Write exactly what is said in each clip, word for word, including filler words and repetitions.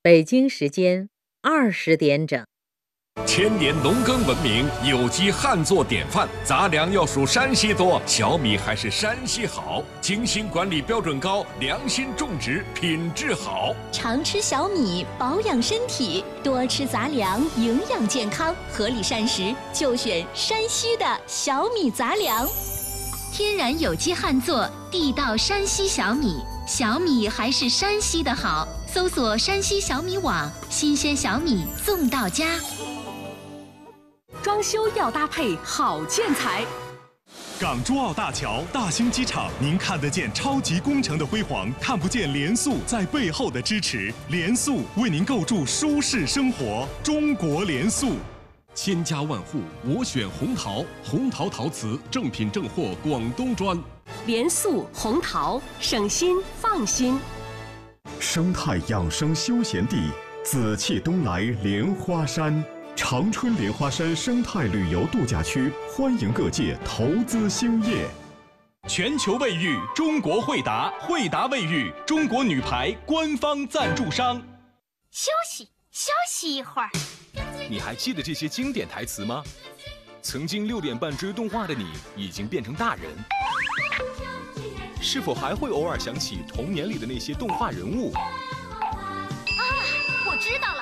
北京时间二十点整。 千年农耕文明，有机旱作典范，杂粮要数山西多，小米还是山西好。精心管理标准高，良心种植品质好。 常吃小米，保养身体；多吃杂粮，营养健康。合理膳食，就选山西的小米杂粮。 天然有机旱作，地道山西小米，小米还是山西的好。搜索山西小米网，新鲜小米送到家。 装修要搭配好建材。 港珠澳大桥、大兴机场，您看得见超级工程的辉煌，看不见联塑在背后的支持。联塑为您构筑舒适生活，中国联塑。 千家万户，我选红陶，红陶陶瓷正品正货，广东专。 联塑红陶，省心放心。 生态养生休闲地，紫气东来莲花山。长春莲花山生态旅游度假区欢迎各界投资兴业。 全球卫浴中国惠达，惠达卫浴中国女排官方赞助商。 休息休息一会儿。 你还记得这些经典台词吗？曾经六点半追动画的你，已经变成大人。是否还会偶尔想起童年里的那些动画人物？ 啊，我知道了。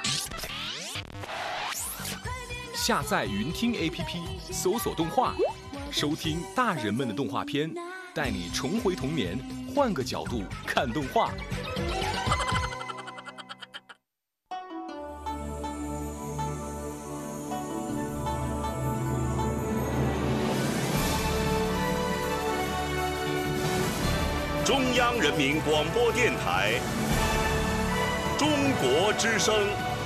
下载云听 A P P， 搜索动画，收听大人们的动画片，带你重回童年，换个角度看动画。 中央人民广播电台中国之声。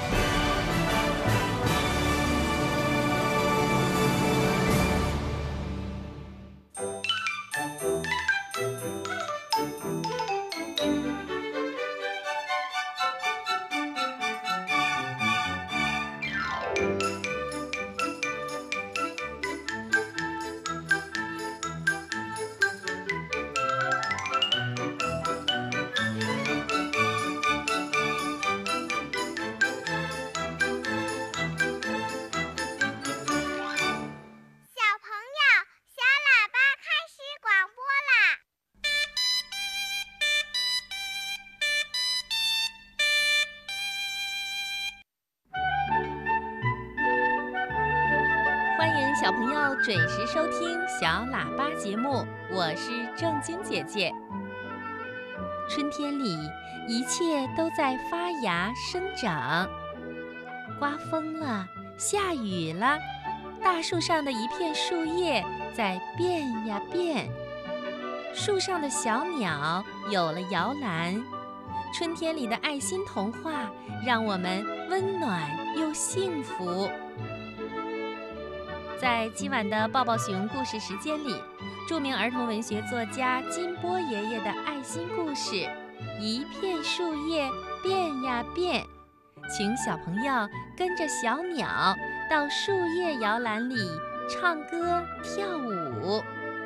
小朋友准时收听小喇叭节目，我是正晶姐姐。春天里，一切都在发芽生长。刮风了，下雨了，大树上的一片树叶在变呀变。树上的小鸟有了摇篮。春天里的爱心童话，让我们温暖又幸福。在今晚的抱抱熊故事时间里，著名儿童文学作家金波爷爷的爱心故事《一片树叶变呀变》，请小朋友跟着小鸟到树叶摇篮里唱歌跳舞。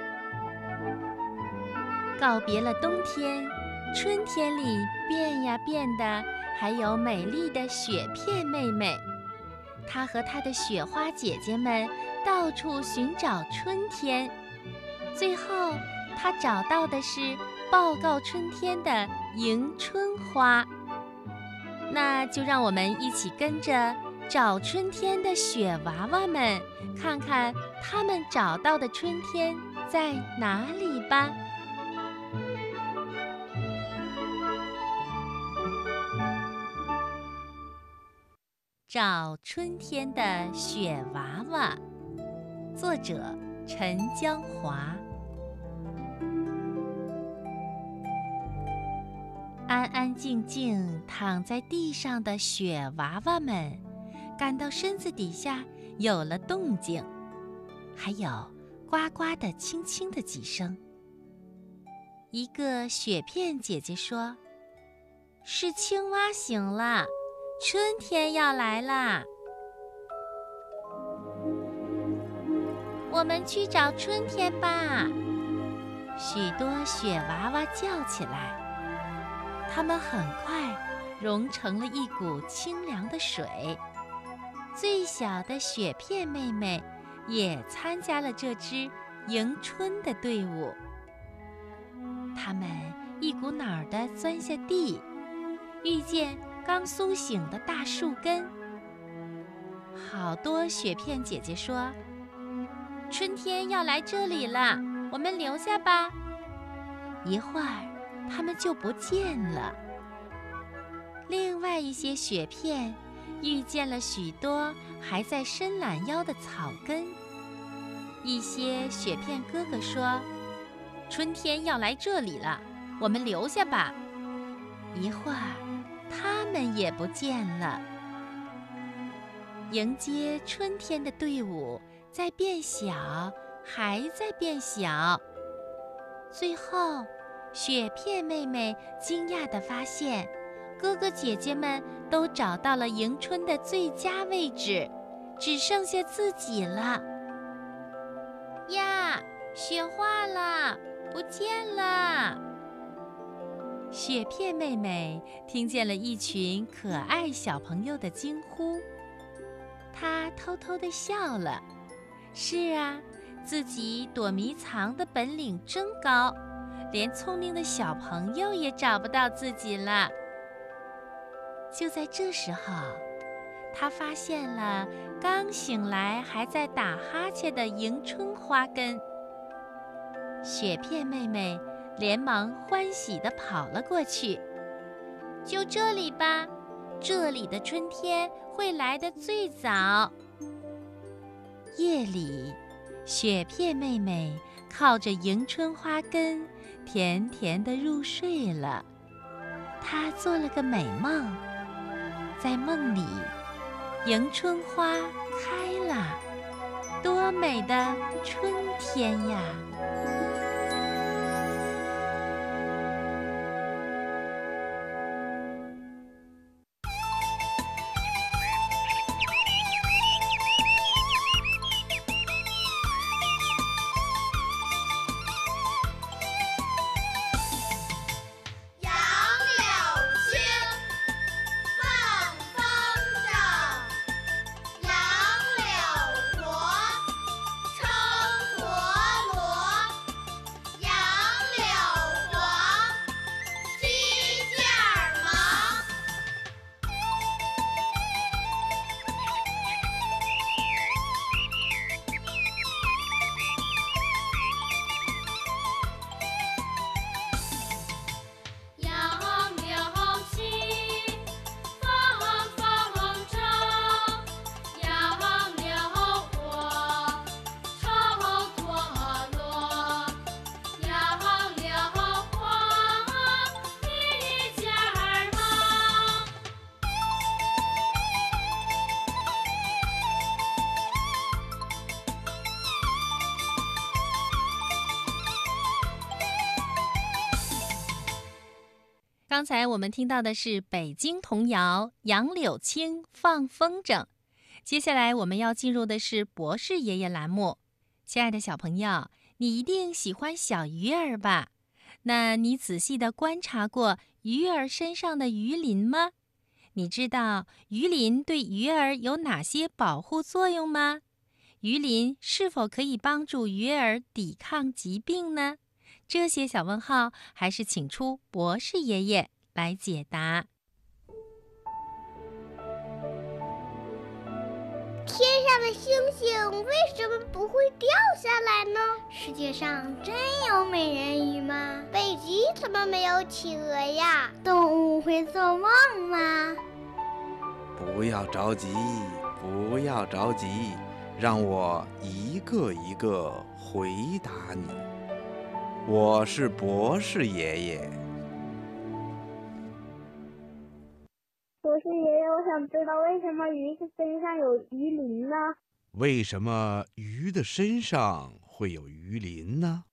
告别了冬天，春天里变呀变的还有美丽的雪片妹妹，她和她的雪花姐姐们到处寻找春天，最后他找到的是报告春天的迎春花。那就让我们一起跟着找春天的雪娃娃们，看看他们找到的春天在哪里吧。找春天的雪娃娃，作者陈江华。安安静静躺在地上的雪娃娃们，感到身子底下有了动静，还有呱呱的轻轻的几声。一个雪片姐姐说：“是青蛙醒了，春天要来啦。”我们去找春天吧！许多雪娃娃叫起来。它们很快融成了一股清凉的水。最小的雪片妹妹也参加了这支迎春的队伍。他们一股脑儿地钻下地，遇见刚苏醒的大树根。好多雪片姐姐说：“春天要来这里了，我们留下吧。”一会儿，它们就不见了。另外一些雪片遇见了许多还在伸懒腰的草根。一些雪片哥哥说：“春天要来这里了，我们留下吧。”一会儿，他们也不见了。迎接春天的队伍在变小，还在变小。最后，雪片妹妹惊讶地发现，哥哥姐姐们都找到了迎春的最佳位置，只剩下自己了。呀，雪化了，不见了！雪片妹妹听见了一群可爱小朋友的惊呼，她偷偷地笑了。是啊，自己躲迷藏的本领真高，连聪明的小朋友也找不到自己了。就在这时候，她发现了刚醒来还在打哈欠的迎春花根。雪片妹妹连忙欢喜地跑了过去。就这里吧，这里的春天会来得最早。夜里，雪片妹妹靠着迎春花根，甜甜地入睡了。她做了个美梦，在梦里，迎春花开了，多美的春天呀！刚才我们听到的是北京童谣《杨柳青放风筝》，接下来我们要进入的是博士爷爷栏目。亲爱的小朋友，你一定喜欢小鱼儿吧？那你仔细地观察过鱼儿身上的鱼鳞吗？你知道鱼鳞对鱼儿有哪些保护作用吗？鱼鳞是否可以帮助鱼儿抵抗疾病呢？这些小问号还是请出博士爷爷来解答。 天上的星星为什么不会掉下来呢？世界上真有美人鱼吗？北极怎么没有企鹅呀？动物会做梦吗？ 不要着急，不要着急，让我一个一个回答你。我是博士爷爷。 博士爷爷，我想知道为什么鱼的身上有鱼鳞呢？ 为什么鱼的身上会有鱼鳞呢？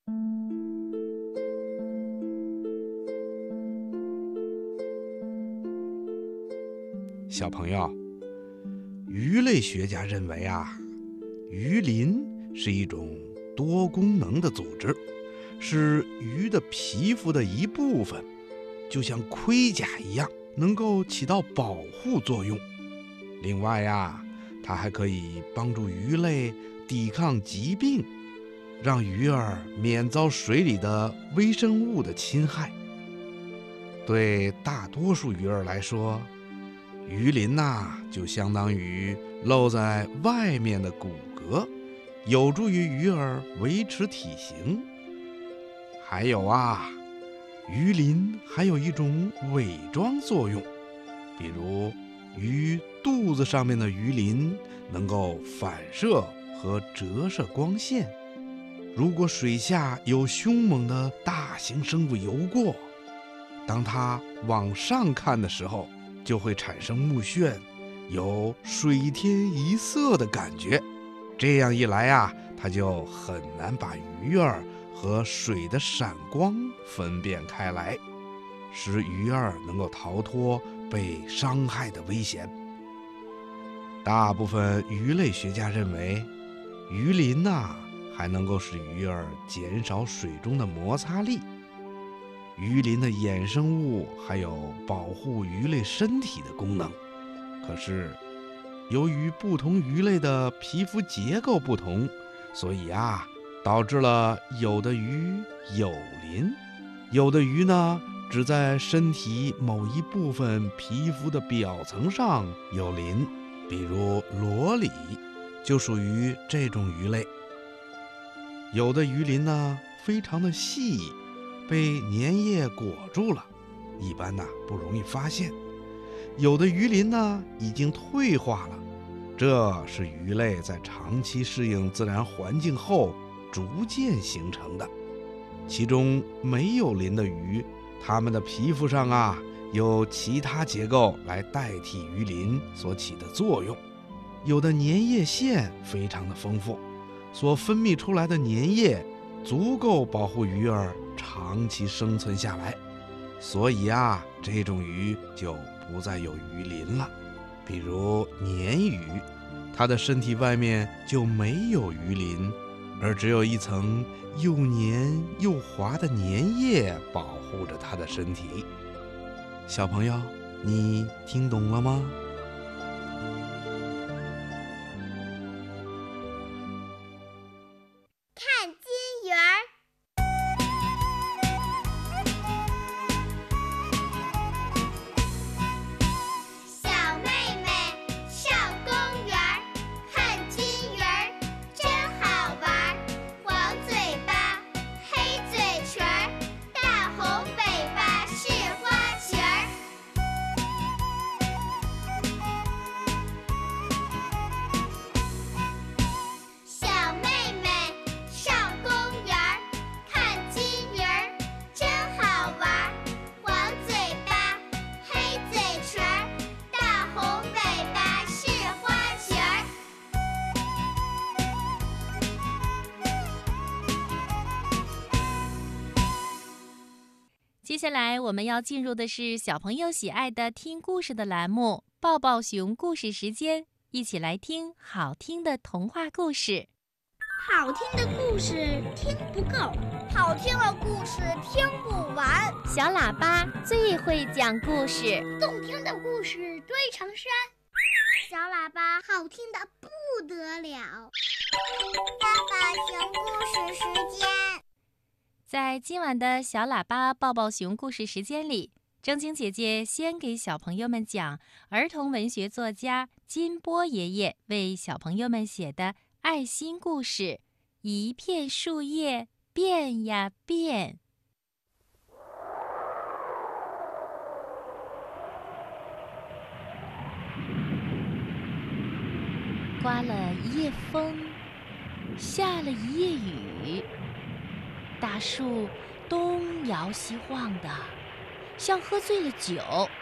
小朋友，鱼类学家认为啊，鱼鳞是一种多功能的组织，是鱼的皮肤的一部分，就像盔甲一样， 能够起到保护作用。另外呀，它还可以帮助鱼类抵抗疾病，让鱼儿免遭水里的微生物的侵害。对大多数鱼儿来说，鱼鳞呐，就相当于露在外面的骨骼，有助于鱼儿维持体型。还有啊，鱼鳞还有一种伪装作用，比如鱼肚子上面的鱼鳞能够反射和折射光线。如果水下有凶猛的大型生物游过，当它往上看的时候，就会产生目眩，有水天一色的感觉。这样一来啊，它就很难把鱼儿和水的闪光分辨开来，使鱼儿能够逃脱被伤害的危险。大部分鱼类学家认为，鱼鳞呐，还能够使鱼儿减少水中的摩擦力。鱼鳞的衍生物还有保护鱼类身体的功能。可是，由于不同鱼类的皮肤结构不同，所以啊，导致了有的鱼有鳞，有的鱼呢，只在身体某一部分皮肤的表层上有鳞，比如螺鲤就属于这种鱼类。有的鱼鳞呢，非常的细，被粘液裹住了，一般呢不容易发现。有的鱼鳞呢已经退化了，这是鱼类在长期适应自然环境后逐渐形成的。其中没有鳞的鱼，它们的皮肤上啊有其他结构来代替鱼鳞所起的作用。有的粘液腺非常的丰富，所分泌出来的粘液足够保护鱼儿长期生存下来，所以啊，这种鱼就不再有鱼鳞了。比如鲶鱼，它的身体外面就没有鱼鳞，而只有一层又黏又滑的粘液保护着它的身体。小朋友，你听懂了吗？ 看金鱼儿。小妹妹上公园儿，看金鱼儿真好玩儿。黄嘴巴，黑嘴唇儿，大红尾巴是花裙儿。小妹妹上公园儿，看金鱼儿真好玩儿。黄嘴巴，黑嘴唇儿，大红尾巴是花裙儿。 接下来我们要进入的是小朋友喜爱的听故事的栏目——抱抱熊故事时间，一起来听好听的童话故事。 好听的故事听不够，好听的故事听不完。 小喇叭最会讲故事， 动听的故事堆成山。小喇叭好听的不得了。抱抱熊故事时间。 在今晚的小喇叭抱抱熊故事时间里，正晶姐姐先给小朋友们讲儿童文学作家金波爷爷为小朋友们写的爱心故事《一片树叶变呀变》。刮了一夜风，下了一夜雨，大树东摇西晃的，像喝醉了酒。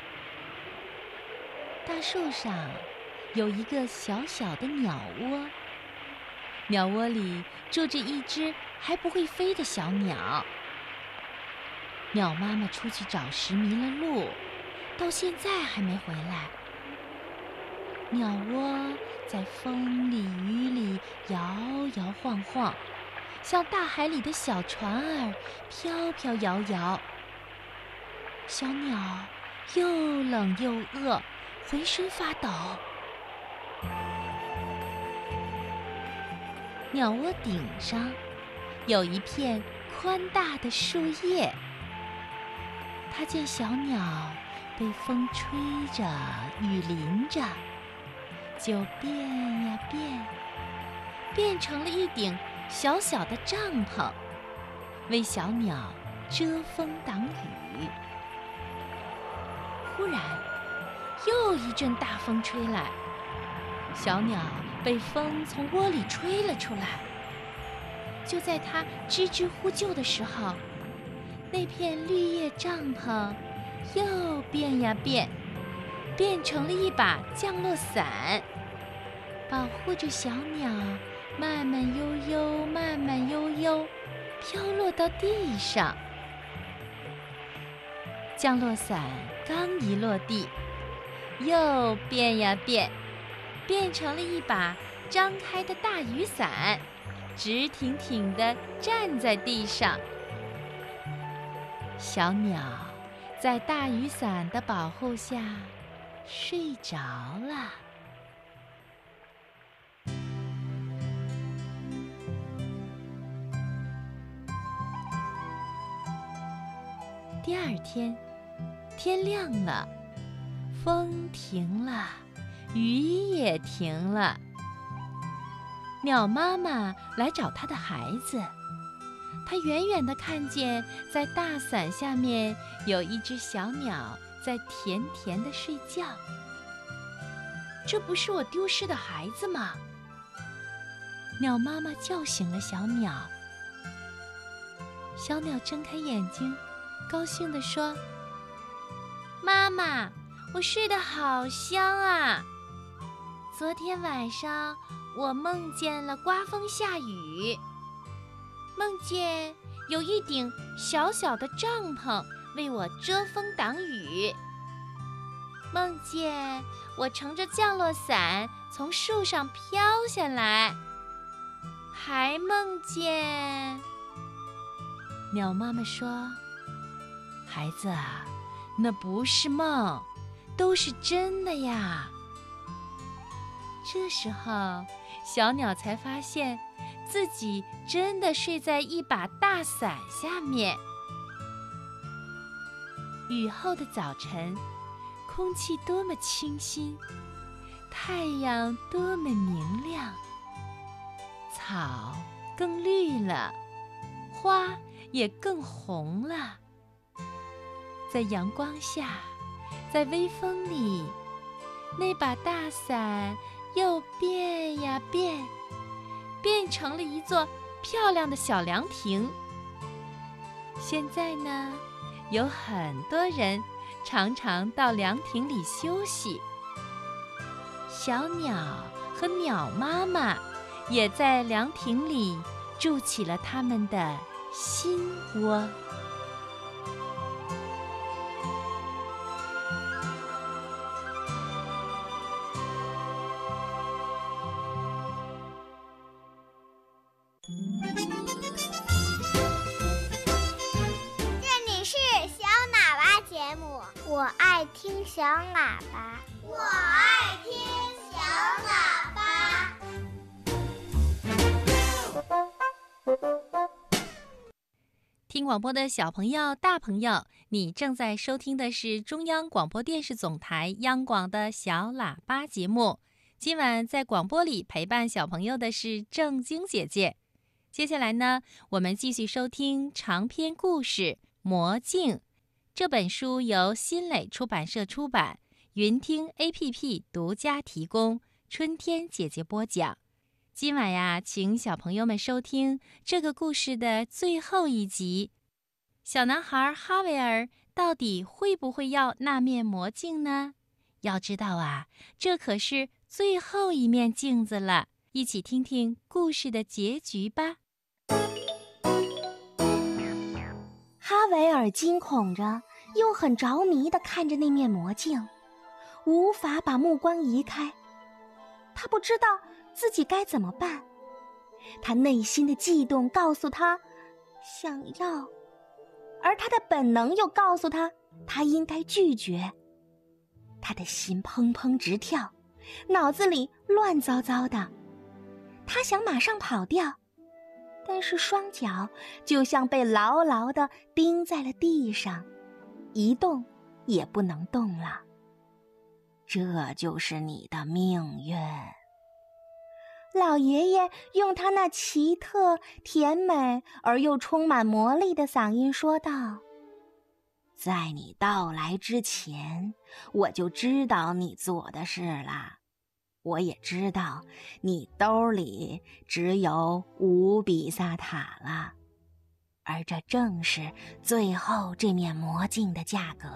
大树上有一个小小的鸟窝，鸟窝里住着一只还不会飞的小鸟。鸟妈妈出去找食迷了路，到现在还没回来。鸟窝在风里雨里摇摇晃晃，像大海里的小船儿飘飘摇摇。小鸟又冷又饿，浑身发抖。鸟窝顶上有一片宽大的树叶，它见小鸟被风吹着，雨淋着，就变呀变，变成了一顶小小的帐篷，为小鸟遮风挡雨。忽然，又一阵大风吹来，小鸟被风从窝里吹了出来。就在它吱吱呼救的时候，那片绿叶帐篷又变呀变，变成了一把降落伞，保护着小鸟慢慢悠悠、慢慢悠悠飘落到地上。降落伞刚一落地，又变呀变，变成了一把张开的大雨伞，直挺挺地站在地上。小鸟在大雨伞的保护下睡着了。第二天，天亮了，风停了，雨也停了。鸟妈妈来找她的孩子，她远远地看见在大伞下面有一只小鸟在甜甜地睡觉。这不是我丢失的孩子吗？鸟妈妈叫醒了小鸟。小鸟睁开眼睛，高兴地说：“妈妈，我睡得好香啊！昨天晚上我梦见了刮风下雨，梦见有一顶小小的帐篷为我遮风挡雨，梦见我乘着降落伞从树上飘下来，还梦见……”鸟妈妈说：“孩子啊，那不是梦，都是真的呀。”这时候，小鸟才发现自己真的睡在一把大伞下面。雨后的早晨，空气多么清新，太阳多么明亮，草更绿了，花也更红了。在阳光下，在微风里，那把大伞又变呀变，变成了一座漂亮的小凉亭。现在呢，有很多人常常到凉亭里休息。小鸟和鸟妈妈也在凉亭里筑起了他们的新窝。 我爱听小喇叭， 我爱听小喇叭。 听广播的小朋友、大朋友，你正在收听的是中央广播电视总台央广的小喇叭节目。今晚在广播里陪伴小朋友的是正晶姐姐。接下来呢，我们继续收听长篇故事《魔镜》。这本书由新蕾出版社出版，云听 A P P 独家提供，春天姐姐播讲。今晚呀，请小朋友们收听这个故事的最后一集。小男孩哈维尔到底会不会要那面魔镜呢？要知道啊，这可是最后一面镜子了。一起听听故事的结局吧。 哈维尔惊恐着，又很着迷地看着那面魔镜，无法把目光移开。他不知道自己该怎么办，他内心的悸动告诉他想要，而他的本能又告诉他他应该拒绝。他的心砰砰直跳，脑子里乱糟糟的。他想马上跑掉，但是双脚就像被牢牢地钉在了地上，一动也不能动了。这就是你的命运。老爷爷用他那奇特、甜美而又充满魔力的嗓音说道：在你到来之前，我就知道你做的事了。我也知道你兜里只有五比萨塔了，而这正是最后这面魔镜的价格。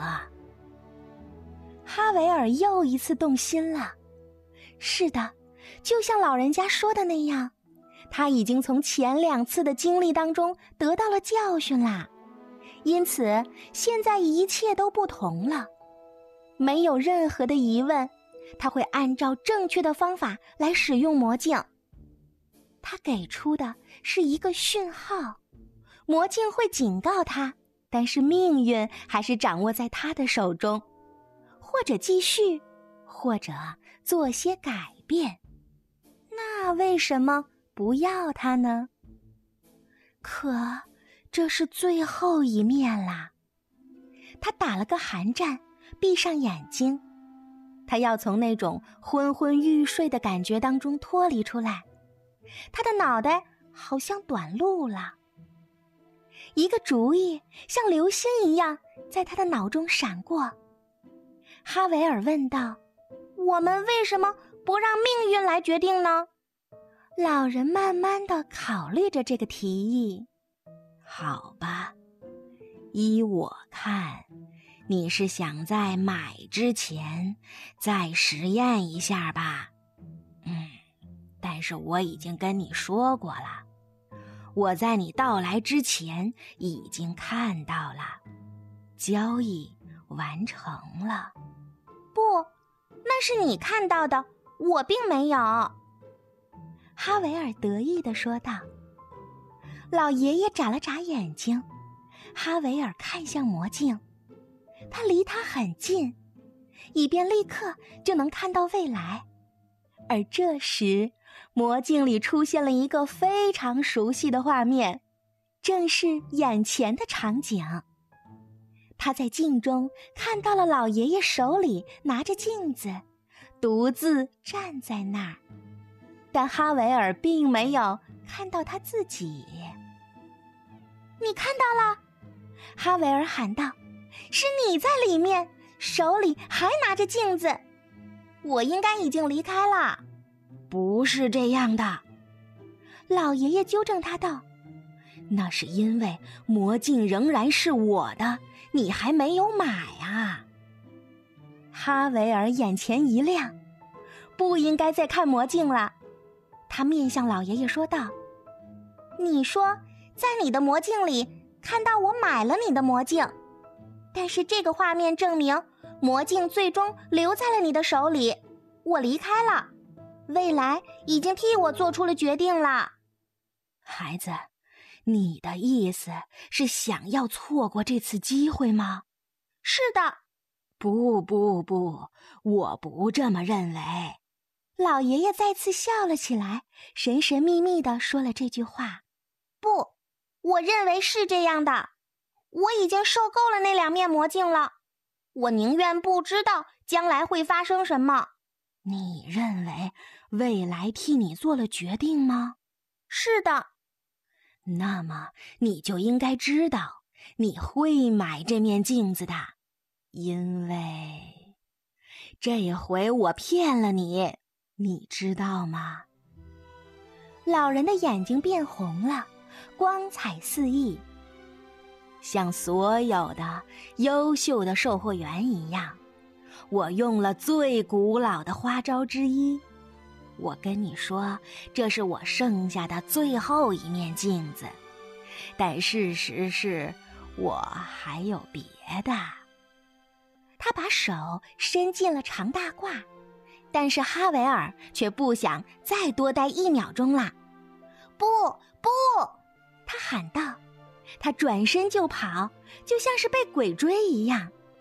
哈维尔又一次动心了。是的，就像老人家说的那样，他已经从前两次的经历当中得到了教训啦，因此现在一切都不同了。没有任何的疑问，他会按照正确的方法来使用魔镜。他给出的是一个讯号，魔镜会警告他，但是命运还是掌握在他的手中，或者继续，或者做些改变。那为什么不要它呢？可这是最后一面啦。他打了个寒战，闭上眼睛。他要从那种昏昏欲睡的感觉当中脱离出来。他的脑袋好像短路了。一个主意像流星一样在他的脑中闪过。哈维尔问道：我们为什么不让命运来决定呢？老人慢慢地考虑着这个提议。好吧，依我看，你是想在买之前再实验一下吧？嗯，但是我已经跟你说过了，我在你到来之前已经看到了，交易完成了。不，那是你看到的，我并没有。哈维尔得意地说道。老爷爷眨了眨眼睛，哈维尔看向魔镜，他离他很近，以便立刻就能看到未来。而这时，魔镜里出现了一个非常熟悉的画面，正是眼前的场景。他在镜中看到了老爷爷手里拿着镜子，独自站在那儿，但哈维尔并没有看到他自己。你看到了？哈维尔喊道，是你在里面，手里还拿着镜子。我应该已经离开了。不是这样的，老爷爷纠正他道，那是因为魔镜仍然是我的，你还没有买啊。哈维尔眼前一亮，不应该再看魔镜了。他面向老爷爷说道，你说在你的魔镜里看到我买了你的魔镜，但是这个画面证明魔镜最终留在了你的手里，我离开了，未来已经替我做出了决定了。孩子，你的意思是想要错过这次机会吗？是的。不不不，我不这么认为。老爷爷再次笑了起来，神神秘秘地说了这句话。不，我认为是这样的。我已经受够了那两面魔镜了，我宁愿不知道将来会发生什么。你认为未来替你做了决定吗？是的。那么你就应该知道，你会买这面镜子的，因为这回我骗了你，你知道吗？老人的眼睛变红了，光彩四溢。像所有的优秀的售货员一样，我用了最古老的花招之一。我跟你说，这是我剩下的最后一面镜子，但事实是我还有别的。他把手伸进了长大褂，但是哈维尔却不想再多待一秒钟了。不不，他喊道。他转身就跑，就像是被鬼追一样。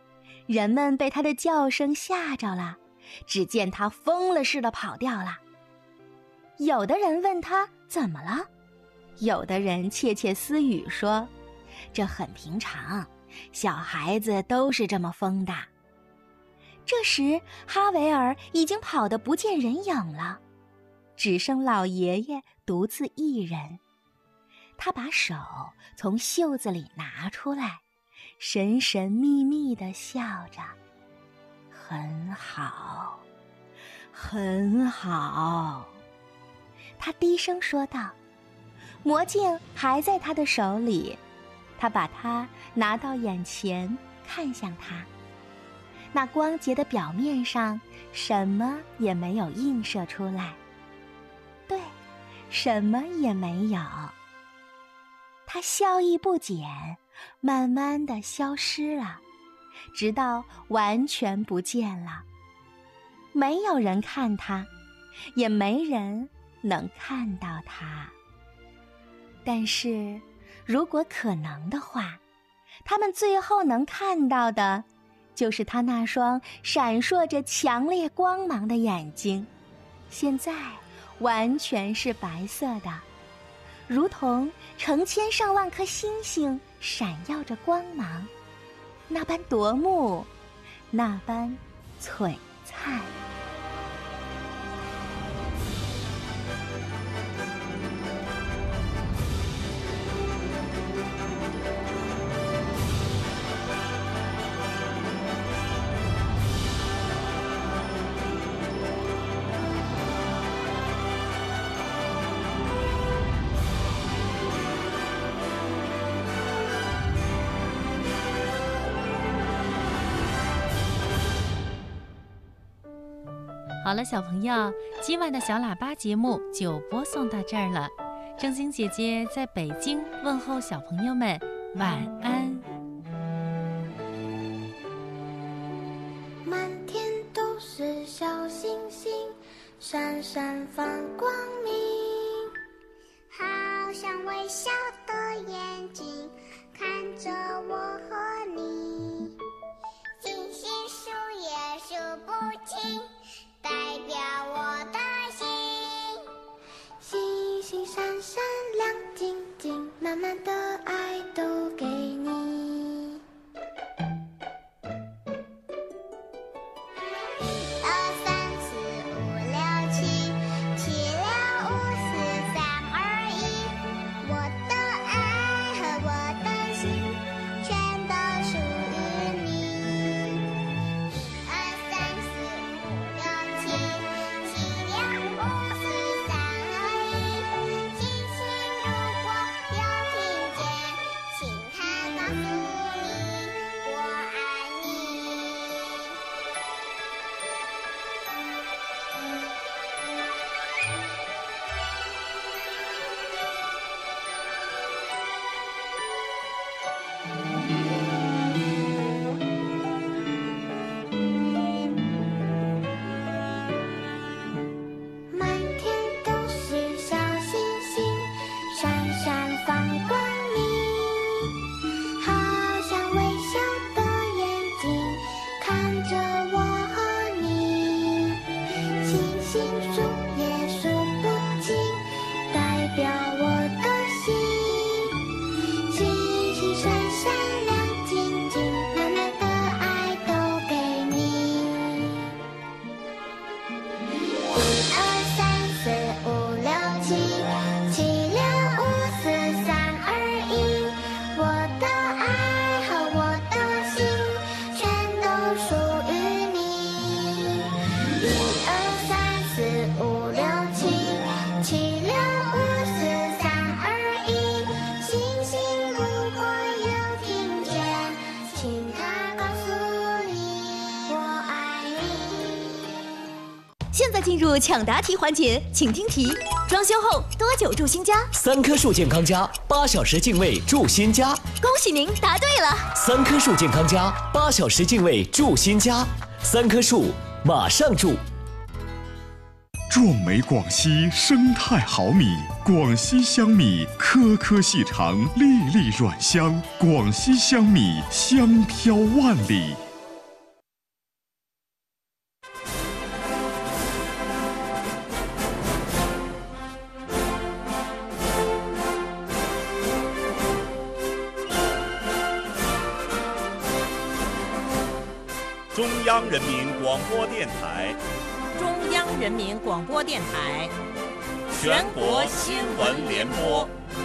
人们被它的叫声吓着了，只见它疯了似的跑掉了。有的人问它怎么了，有的人窃窃私语说，这很平常，小孩子都是这么疯的。这时哈维尔已经跑得不见人影了，只剩老爷爷独自一人。他把手从袖子里拿出来，神神秘秘地笑着。很好，很好，他低声说道。魔镜还在他的手里，他把它拿到眼前，看向它。那光洁的表面上什么也没有映射出来，对，什么也没有。它笑意不减，慢慢地消失了，直到完全不见了。没有人看它，也没人能看到它。但是，如果可能的话，他们最后能看到的就是他那双闪烁着强烈光芒的眼睛，现在完全是白色的，如同成千上万颗星星闪耀着光芒，那般夺目，那般璀璨。 好了，小朋友，今晚的小喇叭节目就播送到这儿了。正晶姐姐在北京问候小朋友们晚安。 满天都是小星星，闪闪放光明，好像微笑的眼睛看着我和你，星星数也数不清，代表我的心，星星闪闪亮晶晶，满满的爱都给你。一二三四五六七，七六五四三二一，我的爱和我的心全都属于你。一二三四五六七，七六五四三二一，星星如果有听见，请它告诉你我爱你。满天都是小星星，闪闪放光明，好像微笑的眼睛看着我和你，星星数也数不清，代表我的心，星星闪闪亮晶晶，满满的爱都给你。一二三四五六七，七六五四三二一，我的爱和我的心全都属于你。一二三四五六七，七六五四三二一，星星如果有听见，请它告诉你我爱你。 现在进入抢答题环节，请听题：装修后多久住新家？ 三棵树健康家，八小时净味住新家。 恭喜您答对了！ 三棵树健康家，八小时净味住新家。三棵树，马上住。 壮美广西生态好米，广西香米颗颗细长，粒粒软香，广西香米香飘万里。 央人民广播电台， 中央人民广播电台， 全国新闻联播。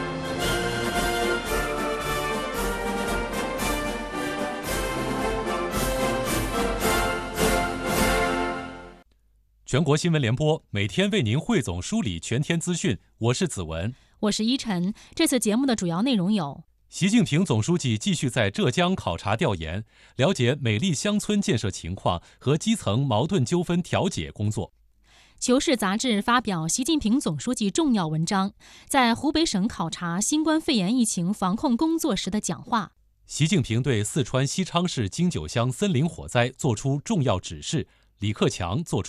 全国新闻联播每天为您汇总梳理全天资讯，我是子文， 我是依晨。这次节目的主要内容有： 习近平总书记继续在浙江考察调研，了解美丽乡村建设情况和基层矛盾纠纷调解工作。 求是杂志发表习近平总书记重要文章，在湖北省考察新冠肺炎疫情防控工作时的讲话。 习近平对四川西昌市金九乡森林火灾作出重要指示，李克强作出